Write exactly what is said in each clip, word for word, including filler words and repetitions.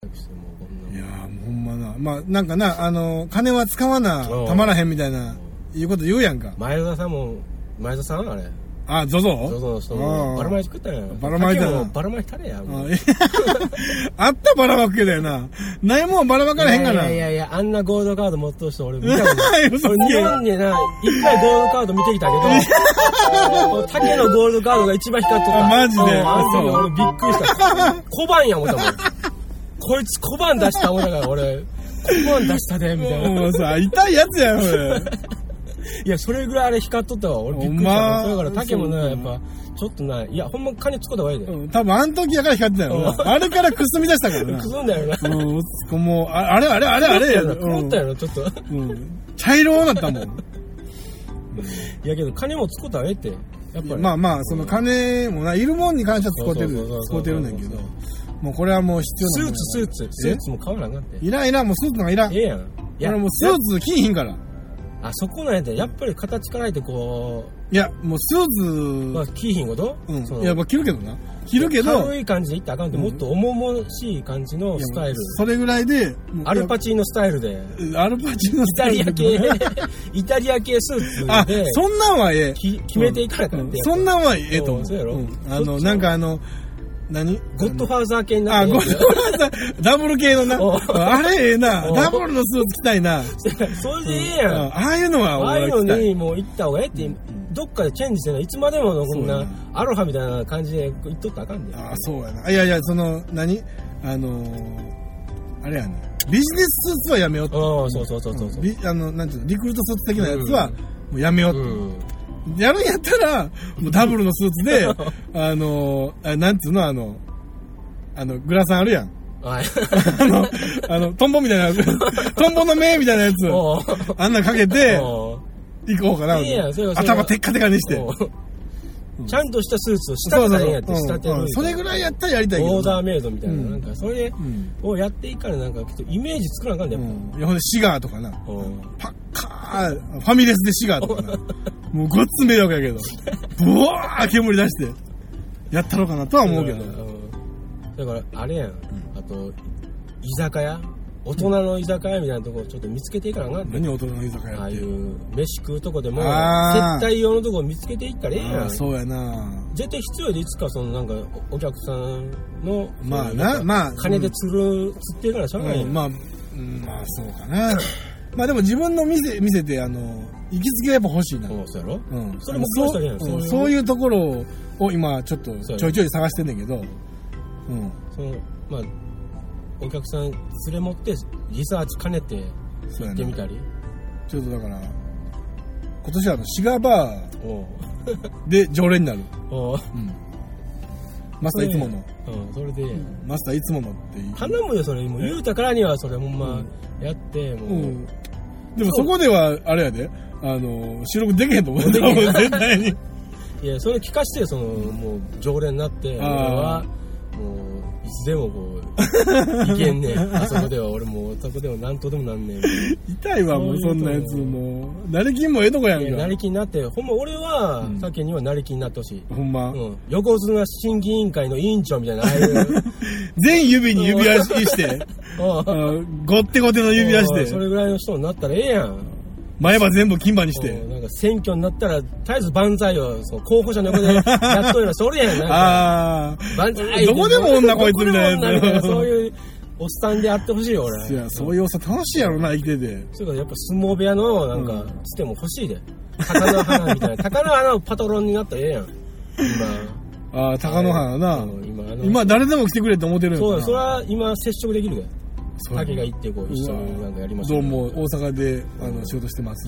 くしてもうこんな。 いやーもうほんまな。まあなんかな、あの、金は使わな、たまらへんみたいな、いうこと言うやんか。 前田さんも、前田さんあれ。 あ、ゾゾゾゾの人もバラマイ作ったんや。 バラマイだな。 バラマイたれや。もうあったバラマイけだよな。ないもんバラマイからへんかな。 いやいやいや、あんなゴールドカード持っとる人俺見たことない。俺日本にな、一回ゴールドカード見てきたけど、竹のゴールドカードが一番光っとった。 マジで。 あの時俺びっくりした。小判や思ったもん。こいつ小判出した思ったから俺、小判出したで、みたいな。 もうさ、痛いやつやん、俺。 いや、それぐらいあれ光っとったわ。俺びっくりした。まあ、だから竹もね、やっぱ、ちょっとな、いや、ほんま金使った方がいいで。 うん、多分あの時やから光ってたよな。あれからくすみ出したからな。 くすんだよな。 うん、もう、あれあれあれあれやな。 曇ったやろ、ちょっと。 うん。茶色なったもん。 いやけど、金も使ったらええって。やっぱり。 まあまあ、その金もな、いるもんに関しては使ってる、使ってるんだけど。もうこれはもう必要なスーツ、スーツ、スーツも買わなあかんって。 いらんいらん、もうスーツなんかいらん。 ええやん。いや、もうスーツ着いひんから。 あ、そこなんやで、やっぱり形からいてこう。いや、もうスーツ。 まあ、着いひんこと？ うん。いや、まあ着るけどな。着るけど。 軽い感じでいったらあかんって、もっと重々しい感じのスタイル。 それぐらいで。 アルパチーノスタイルで。 アルパチーノスタイル。 イタリア系、イタリア系スーツで。 あ、そんなんはええ。 決めていかなかった。 そんなんはええと思う。 そうやろ？ あの、なんかあの、何ゴッドファーザー系になって。あ、ゴッドファーザー、ダブル系のな。あれええな。ダブルのスーツ着たいな。 それでええやん。 ああいうのはああいうのにもう行った方がええって、どっかでチェンジしてない。いつまでもこんなアロハみたいな感じで行っとったらあかんで。 ああ、そうやな。いやいや、その、何あの、あれやね。ビジネススーツはやめようって。 ああ、そうそうそうそう。 あの、なんていうの、リクルートスーツ的なやつは、もうやめようって。やるんやったら、もうダブルのスーツで、あの、あなんつうの、あの、あの、グラサンあるやん。 はい。 あの、あの、トンボみたいな、トンボの目みたいなやつ、あんなかけて、行こうかな。 いいやん、それはそれは頭テッカテカにして。 ちゃんとしたスーツを仕立てたらええんやって、仕立てる。 それぐらいやったらやりたいけど。 オーダーメイドみたいな、なんか、それをやっていいから、なんか、イメージ作らなあかんねん。 いや、ほんで、シガーとかな。パッカー、ファミレスでシガーとかな。もうごっつ迷惑やけど。ブワー煙出して、やったろうかなとは思うけど。 だから、あれやん。あと、居酒屋大人の居酒屋みたいなとこちょっと見つけていいからな。 何大人の居酒屋って。 ああいう飯食うとこでも、接待用のとこ見つけていったらええやん。 そうやな。 絶対必要でいつかそのなんかお客さんの、 まあな、まあ。 金で釣る、釣ってるからしょうがない。 まあ、まあそうかな。まあでも自分の店、見せて、あの、行きつけはやっぱ欲しいな。 そうやろ？ うん。 それもそうしたらええやん。 そういうところを今ちょっとちょいちょい探してんねんけど、うん。 その、まあ、お客さん連れ持ってリサーチ兼ねて行ってみたり。 ちょっとだから今年はあのシガーバーで常連になる。うん、マスターいつもの。 うん、それで、うん、 マスターいつものっていう。 頼むよそれ。もう言うたからにはそれほんまやってもう、うん。 でもそこではあれやで、あの収録できへんと思う。絶対に。 いやそれ聞かしてそのもう常連になって俺はもういつでもこう。いけんねん。あそこでは俺もうあそこでは何とでもなんねん。 痛いわもうそんなやつもう成金もええとこやんか。 成金になってほんま俺はさっきには成金になってほしい。 ほんま、 うん、横綱審議委員会の委員長みたいなああいう全指に指輪してごってごての指輪してそれぐらいの人になったらええやん。 前歯全部金歯にしてなんか選挙になったら絶えず万歳をその候補者の横でやっとるようなそれやん。なんかああ万歳どこでも女こいつみたいなやつそういうおっさんであってほしいよ俺。 いやそういうおっさん楽しいやろな生きてて。 そうかやっぱ相撲部屋のなんかつても欲しいで。鷹の花みたいな鷹の花のパトロンになったらええやん今。ああ鷹の花な。今あの今誰でも来てくれって思ってるんや。 そうそれは今接触できるで。竹が行ってこう一緒になんかやりましょう。 どうも大阪であの仕事してます。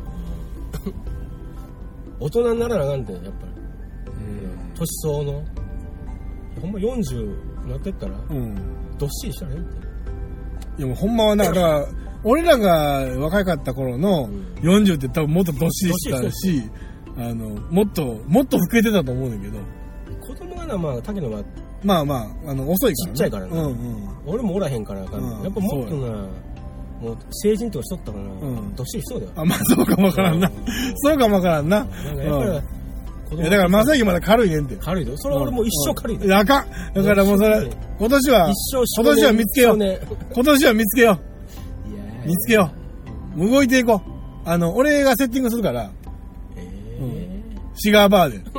大人にならなあかんてやっぱり。年相のほんまよんじゅうになってったら、うん、どっしりしたらええって。 いやもうほんまはなだから俺らが若かった頃のよんじゅうって多分もっとどっしりしたし、あのもっともっと老けてたと思うんだけど。 子供がなまあ竹野はまあまああの遅いから、ね、 ちっちゃいからな、うんうん、俺もおらへんからかん、うん、やっぱもっとなもう成人とかしとったから、うん、どっしりしそうだよ。 あまあそうかもわからんな、うん、そうかもわからんな。 なんかやっぱり、 子供いやだから正行まだ軽いねんて。 軽いよ。それ俺もう一生軽いで。 いやあかん。だからもうそれ、今年は、 一生今年は見つけよう。今年は見つけよいやう。見つけよう。もう動いていこう。あの、俺がセッティングするから、 えーうんシガーバーで。 いや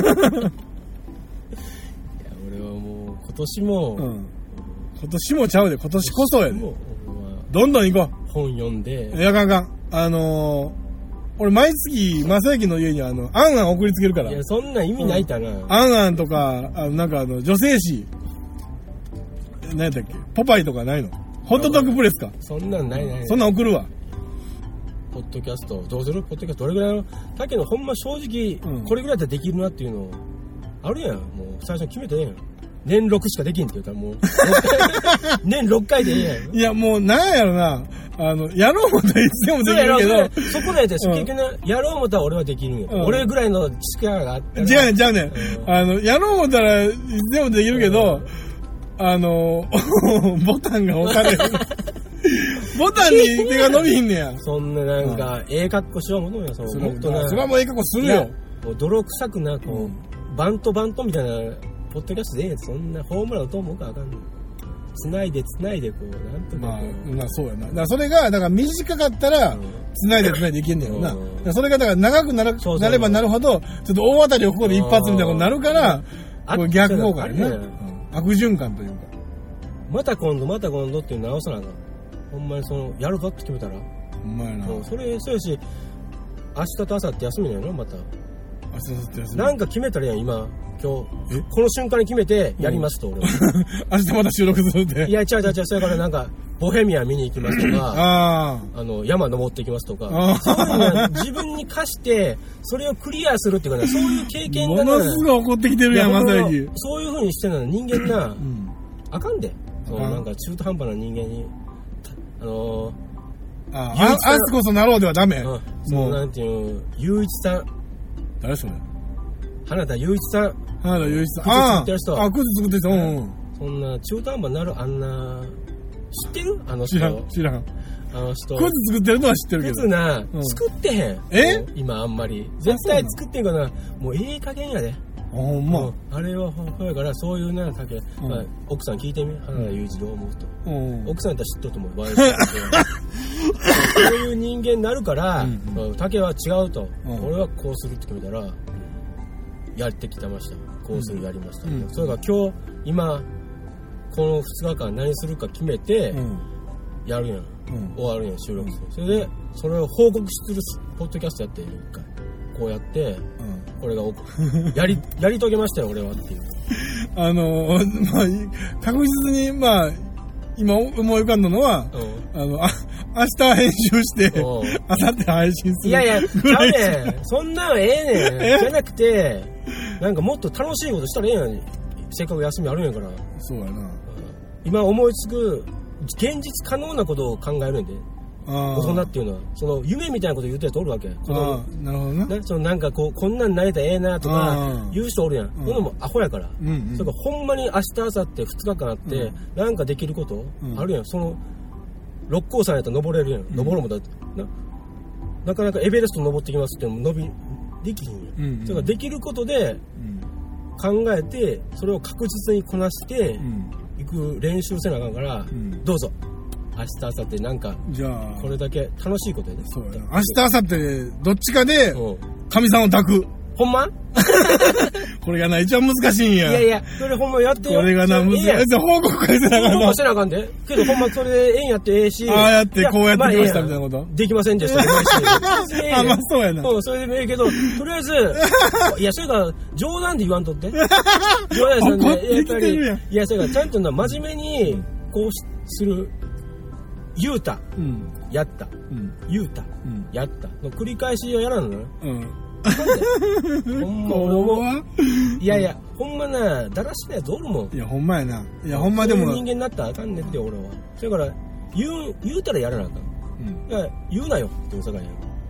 俺はもう今年も、 うん。今年もちゃうで、今年こそやで。 もうどんどん行こ本読んでう。いや、あかんあかん。あのー、俺毎月、正行の家にあの、あんあん送りつけるからい。やそんな意味ないかな、 あんあんとか、あの、なんかあの、女性誌、何やったっけポパイとかないのホットドッグプレスか。 そんなんないない、 そんなん送るわ。 ポッドキャストどうするポッドキャストどれぐらいのだけどほんま正直、 うんこれぐらいだったらできるなっていうのあるやん。もう最初に決めてええやん。年ろくしかできんって言ったらもう年ろっかいでええやん。 いや、もう、なんやろな。あの、やろう思ったらいつでもできるけど。 そこで、結局ね、やろう思ったら俺はできるんよ。 うん俺ぐらいの力があったら。 違うねん、違うねん。 うんあの、やろう思ったらいつでもできるけど、あの、ボタンが押される。ボタンに手が伸びひんねや。 そんななんか、ええ格好しようものよ。そのもっとな。 それはもうええ格好するよ。 もう泥臭くな、こう、 うんバントバントみたいな、ポッドキャストでええやん。そんなホームラン打とう思うかあかんの。繋いで繋いで、こう、なんとかまあこう。、 まあそうやな。だからそれが、だから短かったら、繋いで繋いでいけんねやろな。 うんだからそれがだから長くなるそうそうなればなるほど、ちょっと大当たりをここで一発みたいなことになるから、 あこれ逆効果やな。 あれやうん悪循環というか。 また今度、また今度っていうの直さなあかん。ほんまにその、やるかって決めたら。 ほんまやな。 そうそれ、そうやし、明日と明後日休みなんやろまた。 明日ずっと休み。 なんか決めたらやん、今、今え日。この瞬間に決めて、やりますと、俺は。 明日また収録するって。 いや、違う違う違う、それからなんか、ボヘミアン見に行きますとか、 ああの、山登っていきますとか、 あそういうのは自分に課して、それをクリアするっていうかね、そういう経あ。 験がね、 ものすごい怒ってきてるやん、 いやまさほんまき。 そういう風にしてるのは人間な、 うん。 あかんで。そうあかんなんか中途半端な人間に、たあのあ唯一あ、あすこそなろうではダメ。 ー、うん、そのもう、 なんていうの、ゆういちさん、 誰それ花田ゆういちさん、 花田雄一さん。 靴作ってる人ああ、あ、靴作ってる人。うんうん。 そんな中途半端になるあんな、知ってるあの人。 知らん、知らん。 あの人。 靴作ってるのは知ってるけど。 靴な、 うん作ってへん。 えもう今あんまり。絶対作ってんかな。もうええ加減やで。 ほんまうん。あれはほんやから、そういうな、竹、 うんまあ、奥さん聞いてみ。花田雄一どう思うと。 うん。 奥さんやったら知っとると思う。場合によってはそういう人間になるからうんう、 竹は違うと。 うん俺はこうするって決めたら、やってきてました。こうするやりました。 うんそれから今日、今、このふつかかん何するか決めて、 うん。 やるやん。 うん。 終わるやん、収録する。それで、それを報告するポッドキャストやって、一回。こうやって、これがお、やり、やり遂げましたよ、俺はっていう。 あのー、まあ、確実に、まあ、今思い浮かんだのは、 うあの、あ、明日編集して、 うん明後日配信する。 いやいや、ちぐらいゃうねん。そんなのええねん。 えじゃなくて、なんかもっと楽しいことしたらええやん。せっかく休みあるんやから。 そうやな。 今思いつく、現実可能なことを考えるんで。 あ大人っていうのは、その夢みたいなこと言ってる人おるわけ。子供ああ、なるほどな。 ね、そのなんかこう、こんなんなれたらええなとかあ、 言う人おるやん。 んこのもアホやから。 うんうん。 それからほんまに明日、明後日、ふつかかんあって、 うんなんかできること、 うんあるやん。その、六甲山やったら登れるやん。登るもんだって。な、なかなかエベレスト登ってきますっても伸び、できひんやん。 うんうんそれからできることでうん。 考えて、それを確実にこなしてうん。 いく練習せなあかんから、 うんどうぞ。明日、明後日なんか、 じゃあ、 これだけ楽しいことやで。 そうやな。明日、明後日、どっちかで、 うん。 神さんを抱く。 ほんまこれがな、一番難しいんや。 いやいや、それほんまやってよ。 これがな、難しい。 それええやんで報告会せなあかんな報告。せなあかんで。けどほんまそれでええんやってええし。 ああやっていやこうやってきましたあええやんみたいなことできませんでしたでもいいし。ええやんあ、まあそうやな。 うん、それでもええけど、とりあえず、いや、それから冗談で言わんとって。冗談さん怒ってで、やっきぱり、 てるやんいや、それからちゃんとな、真面目に、こうしする、言うた、 うん。 やった、 うん。 言うた、 うん。 やったの繰り返しをやらんのよ。 うん。 ほんま、 こ俺も、 はいやいや、ほんまな、だらしないやつおるもん。 いや、ほんまやな。いや、ほんまでも、 そういう人間になったらあかんねんって、俺は。それから、言う、言うたらやらなあかん。 うん。 いや、言うなよっていう世界やん。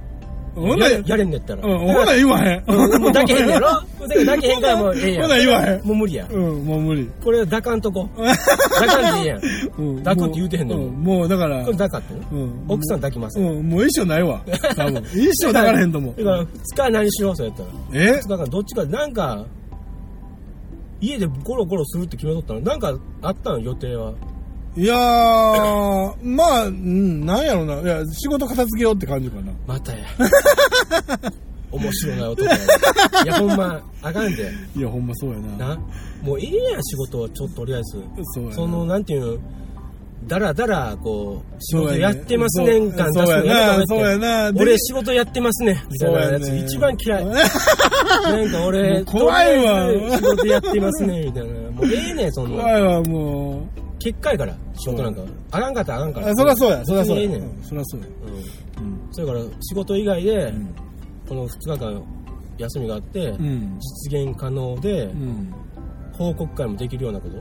ほなやれんねやったら。 うん、ほな言わへん。 もうだけへんやろだけへんからもうええやん。 ほな言わへん。 もう無理や。 うん、もう無理。 これ抱かんとこ。抱かんでいいやん。 うん、 抱くって言うてへんのに。 うん、もうだから。 これ抱かってうん。奥さん抱きます。 うん、もう一生ないわ。多分。一生抱かれへんと思う。 だから二日何しようそうやったら。 え二日間どっちか、なんか、家でゴロゴロするって決めとったのなんかあったの予定は。 いやー、まあ、うん、なんやろな。いや、仕事片付けようって感じかな。 またや。面白いな男や。いや、ほんま、あかんで。 いや、ほんまそうやな。 な。もうええやん、仕事はちょっととりあえず。 そうやな。 その、なんていうの、だらだら、こう、仕事やってますねん感出すのやめて。そうやな。 俺仕事やってますね。みたいなやつ一番嫌い。なんか俺、 怖いわ。 仕事やってますね、みたいな。もうええねん、そんな。 怖いわ、もう。 結果やから、仕事なんか。あかんかったらあかんから。 そりゃそうや、そりゃそうや。 ええねん。 そりゃそうや。 うん。それから、仕事以外で、このふつかかん休みがあって、実現可能で、報告会もできるようなこと。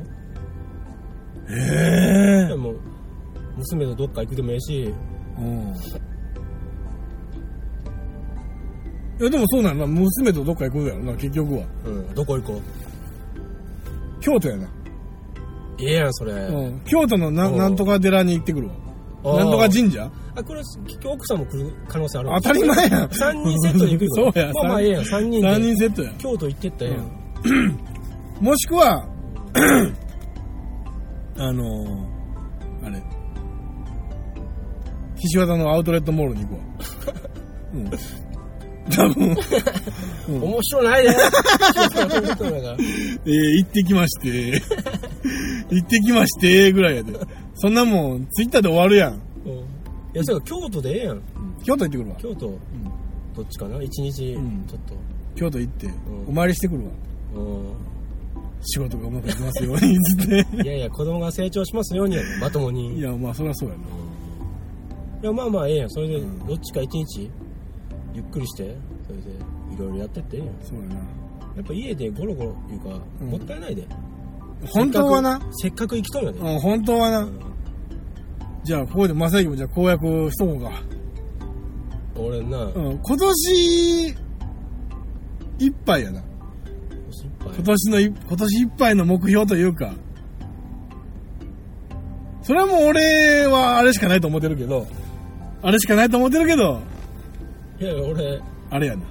へえ。 でも娘とどっか行くでもいいし、 うん。いやでもそうなんやな、娘とどっか行くんだよな、結局は。 うん。どこ行こう。 京都やな。 ええやんそれ。 うん。京都のななんとか寺に行ってくるわ。なんとか神社？ あ、これ結局奥さんも来る可能性ある。 当たり前やん。 三人セットで行くよ。 そうや。 まあまあええやん。三人で。 三人セットや。 京都行ってったやん。 もしくはあのー、あれ岸和田のアウトレットモールに行くわ。うん多分、 うん、面白ないで、えー、行ってきまして行ってきましてぐらいやで。そんなもんツイッターで終わるやん。うん、 いやそれ京都でええやん。 京都行ってくるわ。 京都、うん、どっちかな一日ちょっと、うん、 京都行って、うん、お参りしてくるわ。うん仕事がうまくいきますようにっていやいや子供が成長しますようにやまともに。 いやまあそりゃそうやな。 いやまあまあええやん。それでどっちか一日ゆっくりしてそれでいろいろやってってええやん。 そうやな。 やっぱ家でゴロゴロいうか、うん、もったいないで。 本当はなせっかく生きとんやで。 うん本当はな、うん、じゃあここで正行もじゃあ公約しとこうか。 俺な、 うん、今年いっぱいやな。今年の今年いっぱいの目標というか、それはもう俺はあれしかないと思ってるけど、あれしかないと思ってるけど、 いやいや俺あれやな。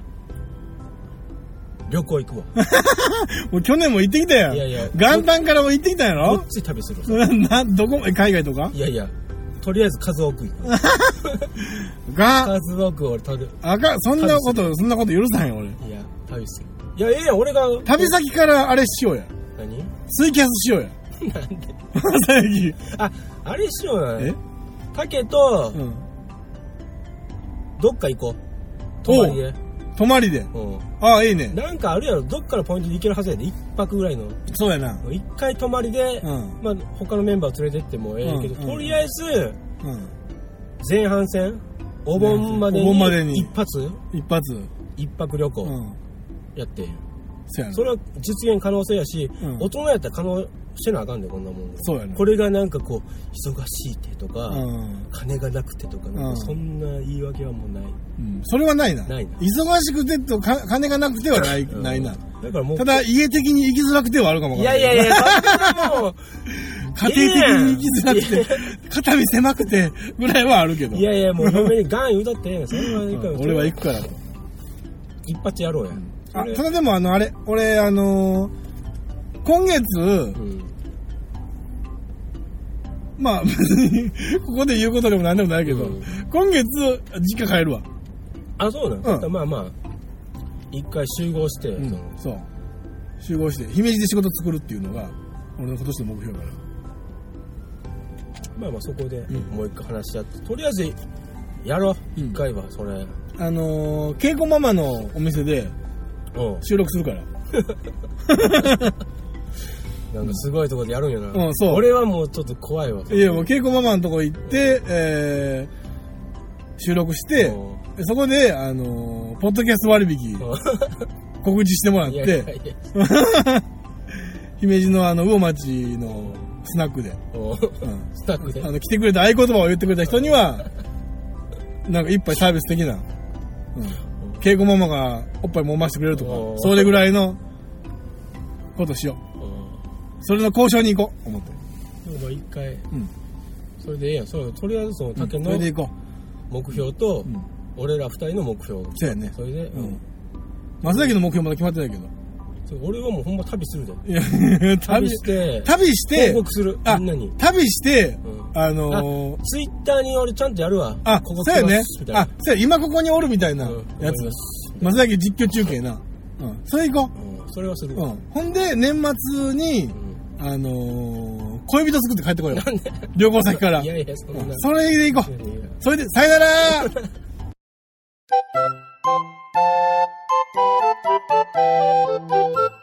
旅行行くわ。 もう去年も行ってきたやん。いやいや元旦からも行ってきたやろ。 こっち旅する。 などこ海外とか？ いやいやとりあえず数多く行く。 が数多く俺旅。 あかんそんなことそんなこと許さへん俺。 いや旅する。いや、ええやん、俺が。 旅先からあれしようや。 何？ ツイキャスしようや。 なんで？ 最近。 あ、あれしようや。え？竹と、うん、どっか行こう。泊まりで。 泊まりで。うん。ああ、いいね。 なんかあるやろ、どっからポイントで行けるはずやで、一泊ぐらいの。 そうやな。 一回泊まりで、うん、まあ、他のメンバー連れてってもええけど、うん、とりあえず、うん、前半戦、お盆までに、お盆までに一発一発。 一泊旅行。うんやって、 そ, やなそれは実現可能性やし、うん、大人やったら可能してなあかんでこんなもん。 そうやな。 これがなんかこう忙しいてとか、うん、金がなくてとかなんかそんな言い訳はもうない、 うん、それはないな。ないな。忙しくてとか金がなくてはない、うん、ないな。だからもうただ家的に生きづらくてはあるかもわからない。 いやいやいやもう家庭的に生きづらくて肩身狭くてぐらいはあるけど。 いやいやもう嫁にガン言うたってそれは行くから俺は行くからと一発やろうや、うんあただでもあのあれ俺あのー、今月、うん、まあ別にここで言うことでもなんでもないけど、うん、今月実家帰るわ。 あそうなん、うん、まあまあ一回集合して、 うん、そう集合して姫路で仕事作るっていうのが俺の今年の目標だから。 まあまあそこでもう一回話し合って、とりあえずやろう一回はそれ。 あのー、稽古ママのお店で収録するからなんかすごいとこでやるんやな、 うん、そう俺はもうちょっと怖いわ。 いやもう稽古ママのとこ行って、えー、収録してそこで、あのー、ポッドキャスト割引告知してもらっていやいやいや姫路のあの魚町のスナックで、うん、 スナックであの来てくれた合言葉を言ってくれた人にはなんか一杯サービス的なうん。稽古ママがおっぱい揉ましてくれるとか、それぐらいのことしよう。それの交渉に行こう、思って。 でもまあ一回、 うん。 それでええやん。そう、とりあえずその竹の、 それで行こ目標と、 う。うん。 俺ら二人の目標。 そうやね。 それで、 うん。松崎の目標まだ決まってないけど。 俺はもうほんま旅するで。 いや、 旅して、 旅して、 報告する。みんなに。 旅して、 うん、 あのー、 ツイッターに俺ちゃんとやるわ。 あ、 ここそうやね。 あ、 そうや、今ここにおるみたいなやつ。松崎実況中継な。うん。それ行こう。うん。それはする。 うん。ほんで、年末に、うん、あのー、恋人作って帰ってこいよ。 なんで旅行先から。 いやいや、そんな。 それで行こう。それで、さよならー